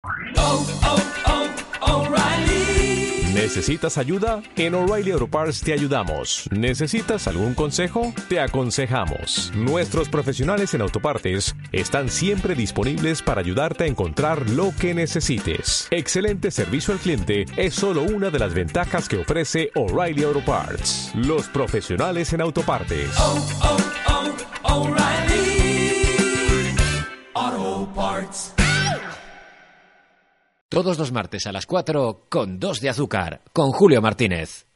¿Necesitas ayuda? En O'Reilly Auto Parts te ayudamos. ¿Necesitas algún consejo? Te aconsejamos. Nuestros profesionales en autopartes están siempre disponibles para ayudarte a encontrar lo que necesites. Excelente servicio al cliente es solo una de las ventajas que ofrece O'Reilly Auto Parts. Los profesionales en autopartes. O'Reilly Auto Parts. Todos los martes a las 4 con Dos de Azúcar, con Julio Martínez.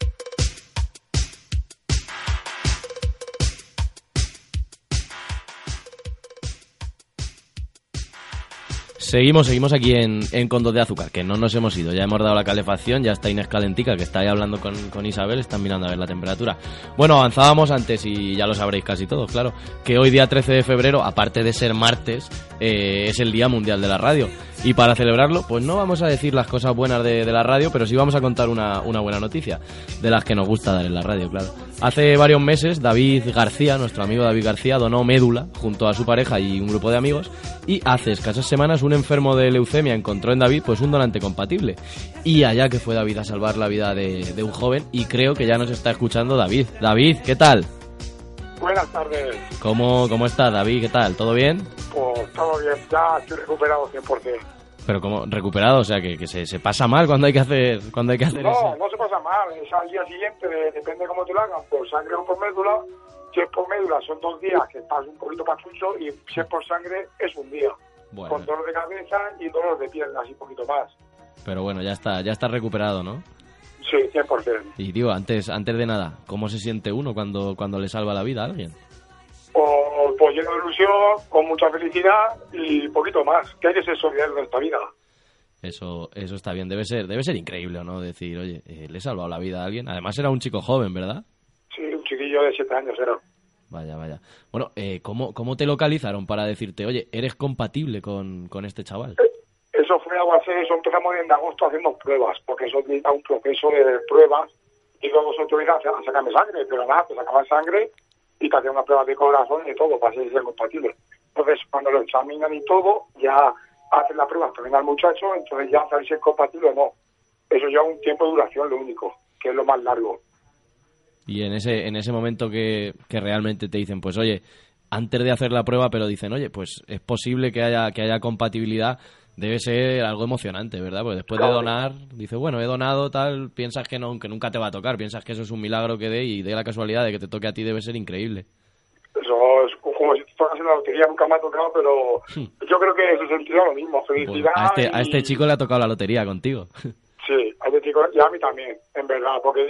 Seguimos aquí en Con Dos de Azúcar, que no nos hemos ido, ya hemos dado la calefacción, ya está Inés calentica, que está ahí hablando con Isabel, están mirando a ver la temperatura. Bueno, avanzábamos antes, y ya lo sabréis casi todos, claro, que hoy día 13 de febrero, aparte de ser martes, es el Día Mundial de la Radio. Y para celebrarlo, pues no vamos a decir las cosas buenas de la radio, pero sí vamos a contar una buena noticia, de las que nos gusta dar en la radio, claro. Hace varios meses, David García, nuestro amigo David García, donó médula junto a su pareja y un grupo de amigos, y hace escasas semanas un enfermo de leucemia encontró en David pues un donante compatible. Y allá que fue David a salvar la vida de un joven, y creo que ya nos está escuchando David. David, ¿qué tal? Buenas tardes. ¿Cómo estás, David? ¿Qué tal? ¿Todo bien? Pues todo bien, ya estoy recuperado 100%. Pero como recuperado, o sea, que se pasa mal cuando hay que hacer eso. No se pasa mal, es al día siguiente, depende de cómo te lo hagan, por sangre o por médula. Si es por médula son 2 días que estás un poquito pachucho, y si es por sangre es un día. Bueno. Con dolor de cabeza y dolor de piernas y un poquito más. Pero bueno, ya está recuperado, ¿no? Sí, 100%. Y digo, antes de nada, ¿cómo se siente uno cuando le salva la vida a alguien? Pues lleno de ilusión, con mucha felicidad y poquito más, que hay que ser solidario en esta vida. Eso está bien, debe ser increíble, ¿no? Decir, oye, le he salvado la vida a alguien. Además era un chico joven, ¿verdad? Sí, un chiquillo de 7 años era. Vaya. Bueno, ¿cómo te localizaron para decirte, oye, eres compatible con este chaval? Eso fue algo así, eso empezamos en agosto haciendo pruebas, porque eso necesita un proceso de pruebas, y luego se autoriza a sacarme sangre, pero nada, te sacaban sangre y te hacían unas pruebas de corazón y todo para ser compatible. Entonces, cuando lo examinan y todo, ya hacen las pruebas también al muchacho, entonces ya saben si es compatible o no. Eso lleva un tiempo de duración, lo único, que es lo más largo. Y en ese momento que realmente te dicen, pues oye, antes de hacer la prueba, pero dicen, oye, pues es posible que haya compatibilidad, debe ser algo emocionante, ¿verdad? Porque después de donar, dices, bueno, he donado, tal, piensas que nunca te va a tocar, piensas que eso es un milagro que dé, y de la casualidad de que te toque a ti debe ser increíble. Eso es como si te tocas en la lotería, nunca me ha tocado, pero yo creo que se sentirá lo mismo, felicidad. Pues a este chico le ha tocado la lotería contigo. Sí, a este chico y a mí también, en verdad, porque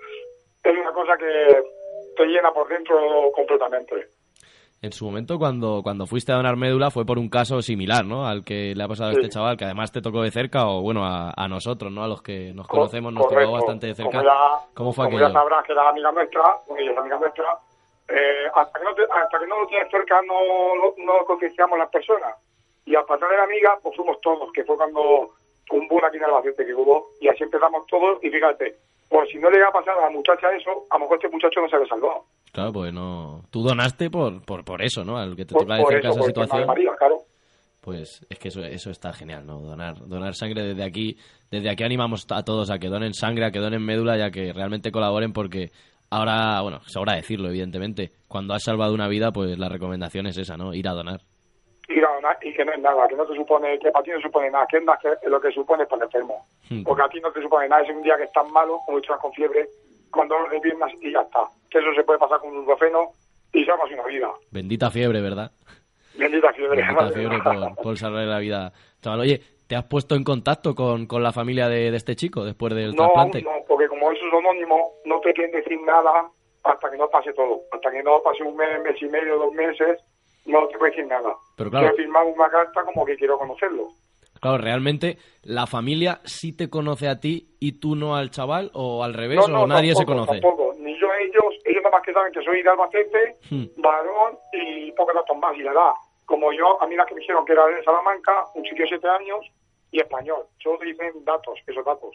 es una cosa que te llena por dentro completamente. En su momento, cuando fuiste a donar médula, fue por un caso similar, ¿no? Al que le ha pasado a este chaval, que además te tocó de cerca, o bueno, a nosotros, ¿no? A los que nos conocemos, nos tocó bastante de cerca. ¿Cómo fue aquello? Como ya sabrás que era amiga nuestra, porque ella es amiga nuestra, hasta que no lo tienes cerca no concienciamos las personas. Y al pasar de la amiga, pues fuimos todos, que fue cuando un boom aquí en Albacete que hubo, y así empezamos todos, y fíjate, pues si no le iba a pasar a la muchacha eso, a lo mejor este muchacho no se había salvado. Claro, pues no. Tú donaste por eso, ¿no? Al que te toca de cerca esa situación. María, claro. Pues es que eso está genial, ¿no? Donar sangre desde aquí animamos a todos a que donen sangre, a que donen médula, y a que realmente colaboren, porque ahora, bueno, sobra decirlo, evidentemente, cuando has salvado una vida, pues la recomendación es esa, ¿no? Ir a donar. Ir a donar, y que no es nada, que no te supone, que para ti no supone nada, que es lo que supone para el enfermo. Porque a ti no te supone nada, es un día que estás malo, como estás con fiebre, con dolor de piernas, y ya está. Que eso se puede pasar con un ibuprofeno y salvas una vida. Bendita fiebre, ¿verdad? Bendita fiebre. Bendita fiebre por salvarle la vida. Chaval, oye, ¿te has puesto en contacto con la familia de este chico después del trasplante? No, porque como eso es anónimo, no te quieren decir nada hasta que no pase todo. Hasta que no pase un mes y medio, 2 meses, no te puedo decir nada. Pero claro, yo he firmado una carta como que quiero conocerlo. Claro, realmente la familia sí te conoce a ti y tú no al chaval, o al revés, o nadie se conoce. Tampoco, ni yo a ellos nada más que saben que soy de Albacete, varón y pocos datos más, y la edad. Como yo, a mí las que me dijeron que era de Salamanca, un chico de 7 años y español. Solo te dicen esos datos.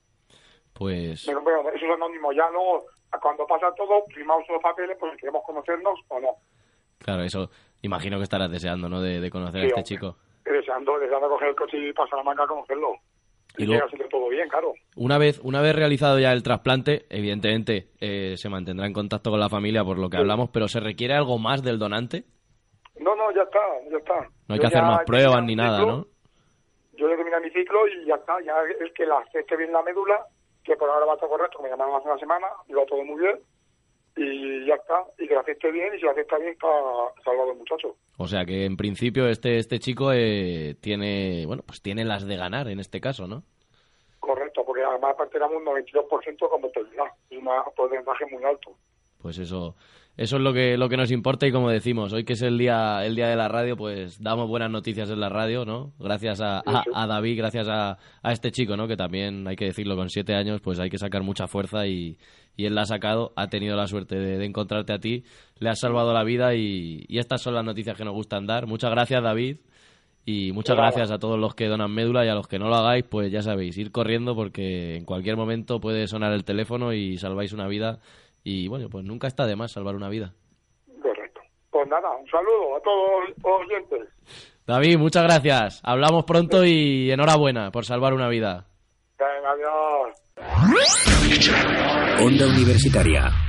Pues... Bueno, eso es anónimo, ya no, cuando pasa todo, firmamos los papeles, pues si queremos conocernos o no. Claro, eso imagino que estarás deseando, ¿no? De conocer a este chico. deseando coger el coche y pasar a Salamanca a conocerlo. Y luego, que todo bien, claro. Una vez realizado ya el trasplante, evidentemente se mantendrá en contacto con la familia por lo que hablamos, pero ¿se requiere algo más del donante? No, ya está. No hay que hacer más pruebas ni nada, ¿no? Yo ya terminé mi ciclo y ya está. Ya es que la acepte bien la médula, que por ahora va todo correcto, me llamaron hace una semana, iba todo muy bien, y ya está. Y que la acepte bien, y si la acepta bien, está salvado el muchacho. O sea que en principio este chico tiene las de ganar en este caso, ¿no? Correcto, porque además aparte éramos un 92% con mortalidad, y un porcentaje muy alto. Pues eso es lo que nos importa, y como decimos, hoy que es el día de la radio, pues damos buenas noticias en la radio, ¿no? Gracias a David, gracias a este chico, ¿no? Que también, hay que decirlo, con 7 años, pues hay que sacar mucha fuerza y él la ha sacado, ha tenido la suerte de encontrarte a ti, le has salvado la vida y estas son las noticias que nos gustan dar. Muchas gracias, David, y muchas gracias a todos los que donan médula, y a los que no lo hagáis, pues ya sabéis, ir corriendo porque en cualquier momento puede sonar el teléfono y salváis una vida. Y bueno, pues nunca está de más salvar una vida. Correcto. Pues nada, un saludo a todos los oyentes. David, muchas gracias. Hablamos pronto y enhorabuena por salvar una vida. Venga, adiós. Onda Universitaria.